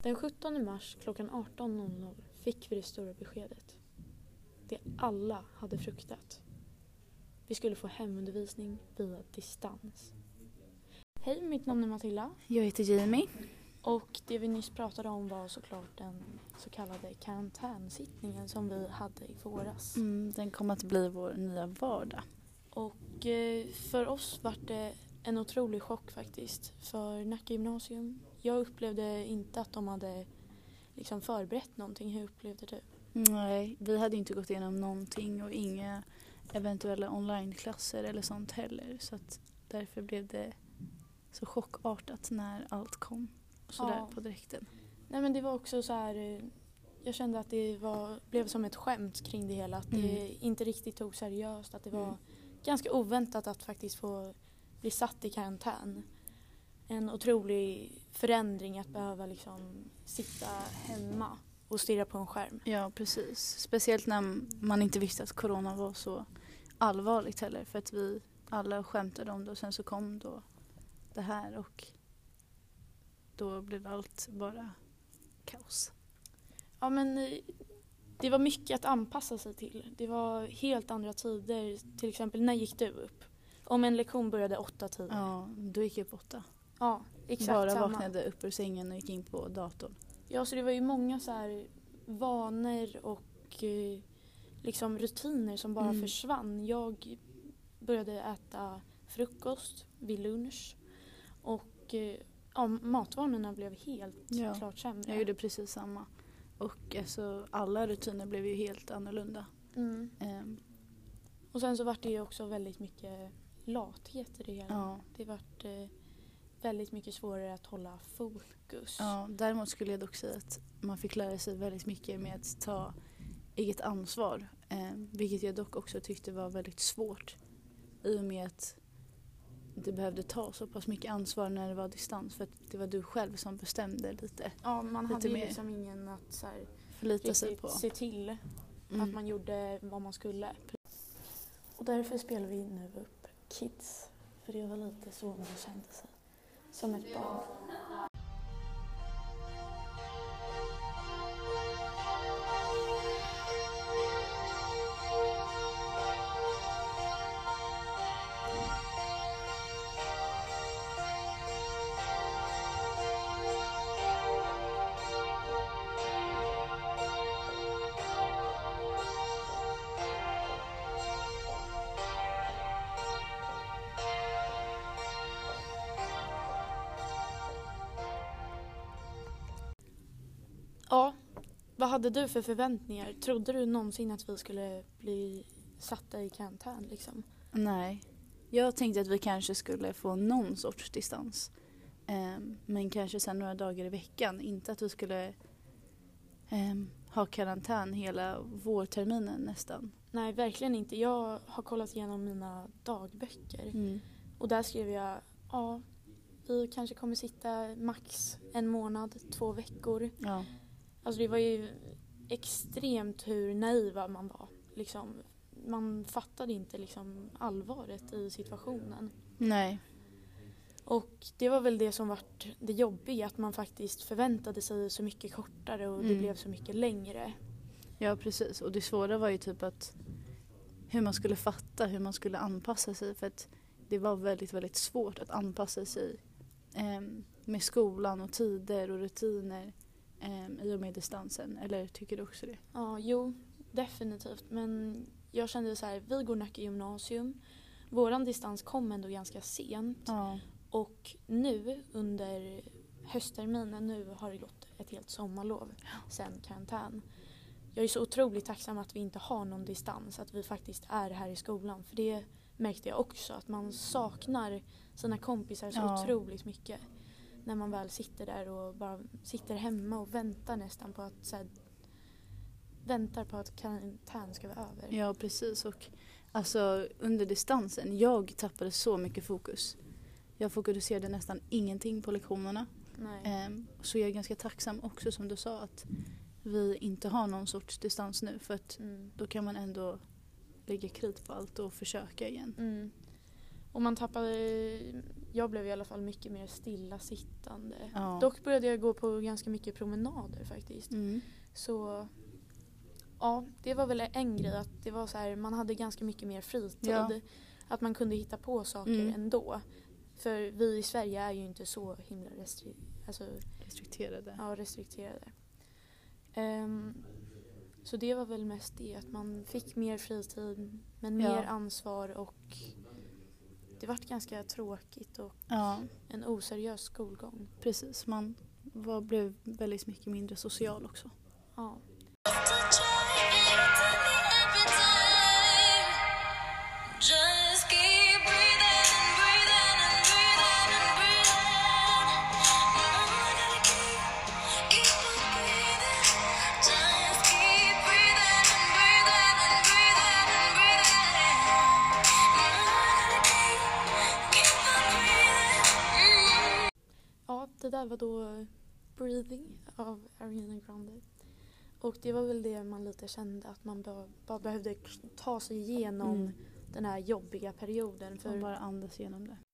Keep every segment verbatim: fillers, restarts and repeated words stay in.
Den sjuttonde mars klockan arton noll noll fick vi det stora beskedet. Det alla hade fruktat. Vi skulle få hemundervisning via distans. Hej, mitt namn är Matilda. Jag heter Jamie. Och det vi nyss pratade om var såklart den så kallade karantänsittningen som vi hade i våras. Mm, den kommer att bli vår nya vardag. Och eh, för oss var det en otrolig chock faktiskt. För Nacka gymnasium, jag upplevde inte att de hade liksom förberett någonting. Hur upplevde du? Nej, vi hade inte gått igenom någonting och inga eventuella onlineklasser eller sånt heller. Så att därför blev det så chockartat när allt kom sådär Ja. på direkten. Nej, men det var också så här, eh, jag kände att det var, blev som ett skämt kring det hela. Att Mm. det inte riktigt tog seriöst. Att det var Mm. ganska oväntat att faktiskt få bli satt i karantän. En otrolig förändring att behöva liksom sitta hemma och stirra på en skärm. Ja, precis. Speciellt när man inte visste att corona var så allvarligt heller. För att vi alla skämtade om det och sen så kom då det här och då blev allt bara kaos. Ja, men eh, det var mycket att anpassa sig till. Det var helt andra tider. Till exempel, när gick du upp? Om en lektion började åtta tider. Ja, då gick jag upp åtta. Ja, exakt Bara samma. vaknade upp ur sängen och gick in på datorn. Ja, så det var ju många så här vanor och eh, liksom rutiner som bara Mm. försvann. Jag började äta frukost vid lunch och eh, ja, matvanorna blev helt Ja, klart sämre. Jag gjorde precis samma. Och alltså, alla rutiner blev ju helt annorlunda. Mm. Ehm, Och sen så var det ju också väldigt mycket lathet i det hela. ja. Det var eh, väldigt mycket svårare att hålla fokus. Ja, däremot skulle jag dock säga att man fick lära sig väldigt mycket med att ta eget ansvar. Ehm, vilket jag dock också tyckte var väldigt svårt. I och med att det behövde ta så pass mycket ansvar när det var distans. För att det var du själv som bestämde lite. Ja, man Lite hade ju mer. liksom ingen att så här, Förlita sig riktigt på. se till Mm. att man gjorde vad man skulle. Och därför spelar vi nu upp Kids. För det var lite så man kände sig. Som ett barn. Ja, vad hade du för förväntningar? Trodde du någonsin att vi skulle bli satta i karantän liksom? Nej. Jag tänkte att vi kanske skulle få någon sorts distans. Ehm, men kanske sen några dagar i veckan. Inte att vi skulle ehm, ha karantän hela vårterminen nästan. Nej, verkligen inte. Jag har kollat igenom mina dagböcker. Mm. Och där skrev jag, ja, vi kanske kommer sitta max en månad, två veckor. Ja. Alltså det var ju extremt hur naiva man var. Liksom, man fattade inte liksom allvaret i situationen. Nej. Och det var väl det som var det jobbiga, att man faktiskt förväntade sig så mycket kortare och det Mm. blev så mycket längre. Ja, precis. Och det svåra var ju typ att hur man skulle fatta, hur man skulle anpassa sig. För att det var väldigt, väldigt svårt att anpassa sig ehm, med skolan och tider och rutiner ehm, i och med distansen. Eller tycker du också det? Ja, jo, definitivt. Men jag kände så här, vi går Nacka gymnasium. Våran distans kom ändå ganska sent. Ja. Och nu under höstterminen, nu har det gått ett helt sommarlov sen karantän. Jag är så otroligt tacksam att vi inte har någon distans, att vi faktiskt är här i skolan. För det märkte jag också, att man saknar sina kompisar så Ja. otroligt mycket. När man väl sitter där och bara sitter hemma och väntar nästan på att så här, väntar på att karantän ska vara över. Ja, precis. Och alltså under distansen, jag tappade så mycket fokus. Jag fokuserade nästan ingenting på lektionerna. Nej. Ehm, så jag är ganska tacksam också, som du sa, att vi inte har någon sorts distans nu. För att Mm. då kan man ändå lägga krut på allt och försöka igen. Mm. Och man tappade jag blev i alla fall mycket mer stillasittande. Ja. Dock började jag gå på ganska mycket promenader faktiskt. Mm. Så ja, det var väl en grej att det var så här, man hade ganska mycket mer fritid. Ja. Att man kunde hitta på saker Mm. ändå. För vi i Sverige är ju inte så himla restri- alltså, Restrikterade. ja, restrikterade. Um, så det var väl mest det, att man fick mer fritid men Ja. mer ansvar, och det var ganska tråkigt och Ja, en oseriös skolgång. precis. Man var, blev väldigt mycket mindre social också. Ja. Just keep breathing and breathing and breathing and breathing. Keep on breathing. Just keep breathing and breathing and breathing and breathing. Keep on breathing. ja, det där var då Breathing av Ariana Grande. Och det var väl det man lite kände, att man bara, bara behövde ta sig igenom Mm. den här jobbiga perioden. För För, bara andas igenom det.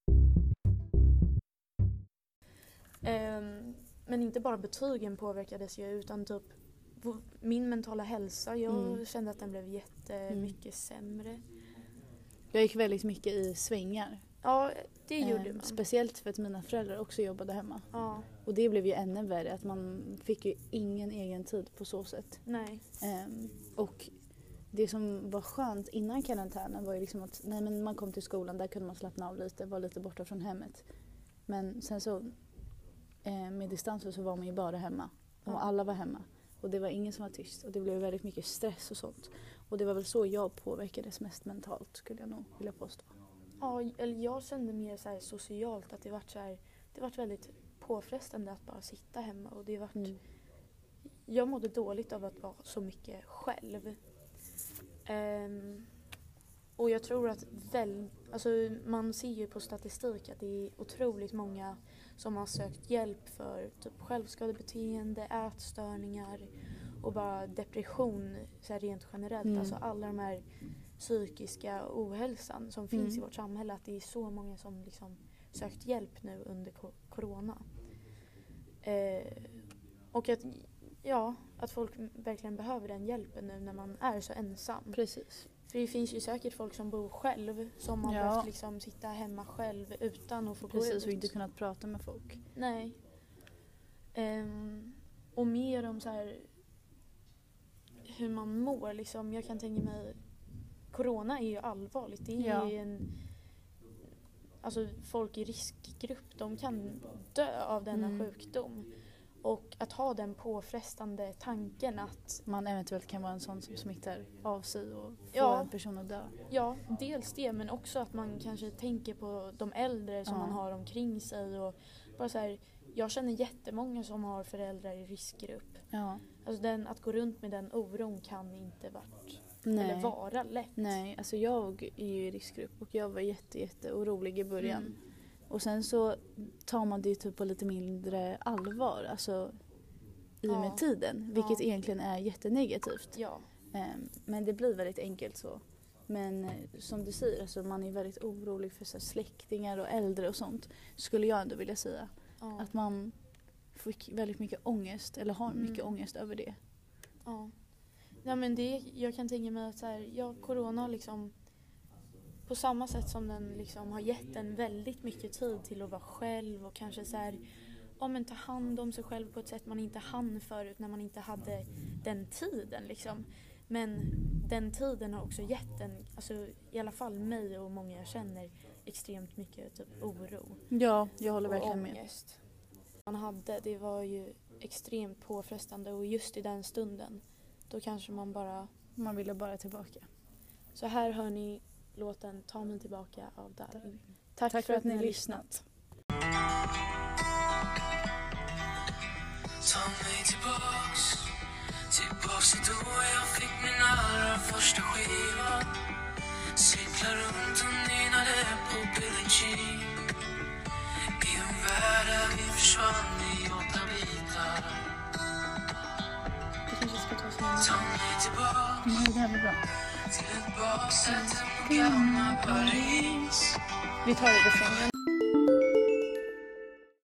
ehm, men inte bara betygen påverkades ju, utan typ v- min mentala hälsa. Jag Mm. kände att den blev jättemycket sämre. Jag gick väldigt mycket i svängar. Ja, det Eh, gjorde man. Speciellt för att mina föräldrar också jobbade hemma. Ja, Och det blev ju ännu värre, att man fick ju ingen egen tid på så sätt. nej. Ehm, och det som var skönt innan karantänen var ju liksom att nej, men man kom till skolan, där kunde man slappna av lite, vara lite borta från hemmet. Men sen så eh, med distansen så var man ju bara hemma. Och Ja. alla var hemma. Och det var ingen som var tyst. Och det blev väldigt mycket stress och sånt. Och det var väl så jag påverkades mest mentalt, skulle jag nog vilja påstå. Ja, eller jag kände mer så här socialt att det vart så här, det vart väldigt påfrestande att bara sitta hemma, och det vart, Mm. jag mådde dåligt av att vara så mycket själv. Ehm, och jag tror att väl, alltså man ser ju på statistik att det är otroligt många som har sökt hjälp för typ självskadebeteende, ätstörningar och bara depression så här rent generellt. Mm. Alltså alla de här psykiska ohälsan som finns Mm. i vårt samhälle, att det är så många som liksom sökt hjälp nu under ko- corona. Eh, och att, ja, att folk verkligen behöver den hjälpen nu när man är så ensam. Precis. För det finns ju säkert folk som bor själv, som har Ja. behövt liksom sitta hemma själv utan att få gå Precis, ut. och inte kunnat prata med folk. Nej. Ehm, och mer om så här hur man mår. Liksom. Jag kan tänka mig, corona är ju allvarligt. Det är Ja. ju en, alltså folk i riskgrupp, de kan dö av denna Mm. sjukdom. Och att ha den påfrestande tanken att, Man eventuellt kan vara en sån som smittar av sig och får Ja. en person att dö. ja, dels det, men också att man kanske tänker på de äldre som Ja. man har omkring sig. Och bara så här, jag känner jättemånga som har föräldrar i riskgrupp. Ja. Alltså den, att gå runt med den oron kan inte vart, eller Nej. vara lätt. Nej, alltså jag är ju i riskgrupp och jag var jätte, jätte orolig i början. Mm. Och sen så tar man det ju typ på lite mindre allvar, alltså i och med Ja. tiden. Vilket Ja. egentligen är jättenegativt. Ja, Ehm, Men det blir väldigt enkelt så. Men eh, som du säger, alltså man är väldigt orolig för så här, släktingar och äldre och sånt. Skulle jag ändå vilja säga. ja, Att man fick väldigt mycket ångest, eller har mycket Mm. ångest över det. ja. Ja, men det, jag kan tänka mig att så här, ja, corona har liksom, på samma sätt som den liksom har gett en väldigt mycket tid till att vara själv och kanske så här, ja, men ta hand om sig själv på ett sätt man inte hann förut när man inte hade den tiden liksom. Men den tiden har också gett en, alltså i alla fall mig och många jag känner, extremt mycket typ oro Ja, jag håller och verkligen med. ångest. Man hade, det var ju extremt påfrestande, och just i den stunden då kanske man bara, Man ville bara tillbaka. så här hör ni låten Ta mig tillbaka av Darin. Tack, Tack för att ni har lyssnat. Ta mig tillbaks, tillbaks till då jag fick min allra första skiva. Cyklar runt och nynnade på Billie Jean. I en värld där vi försvann i åtta bitar. Vi kanske ska ta oss Ta hem. mig tillbaks Nej, det här blir bra. till ett baksäte på gamla Paris. Vi tar det ifrån.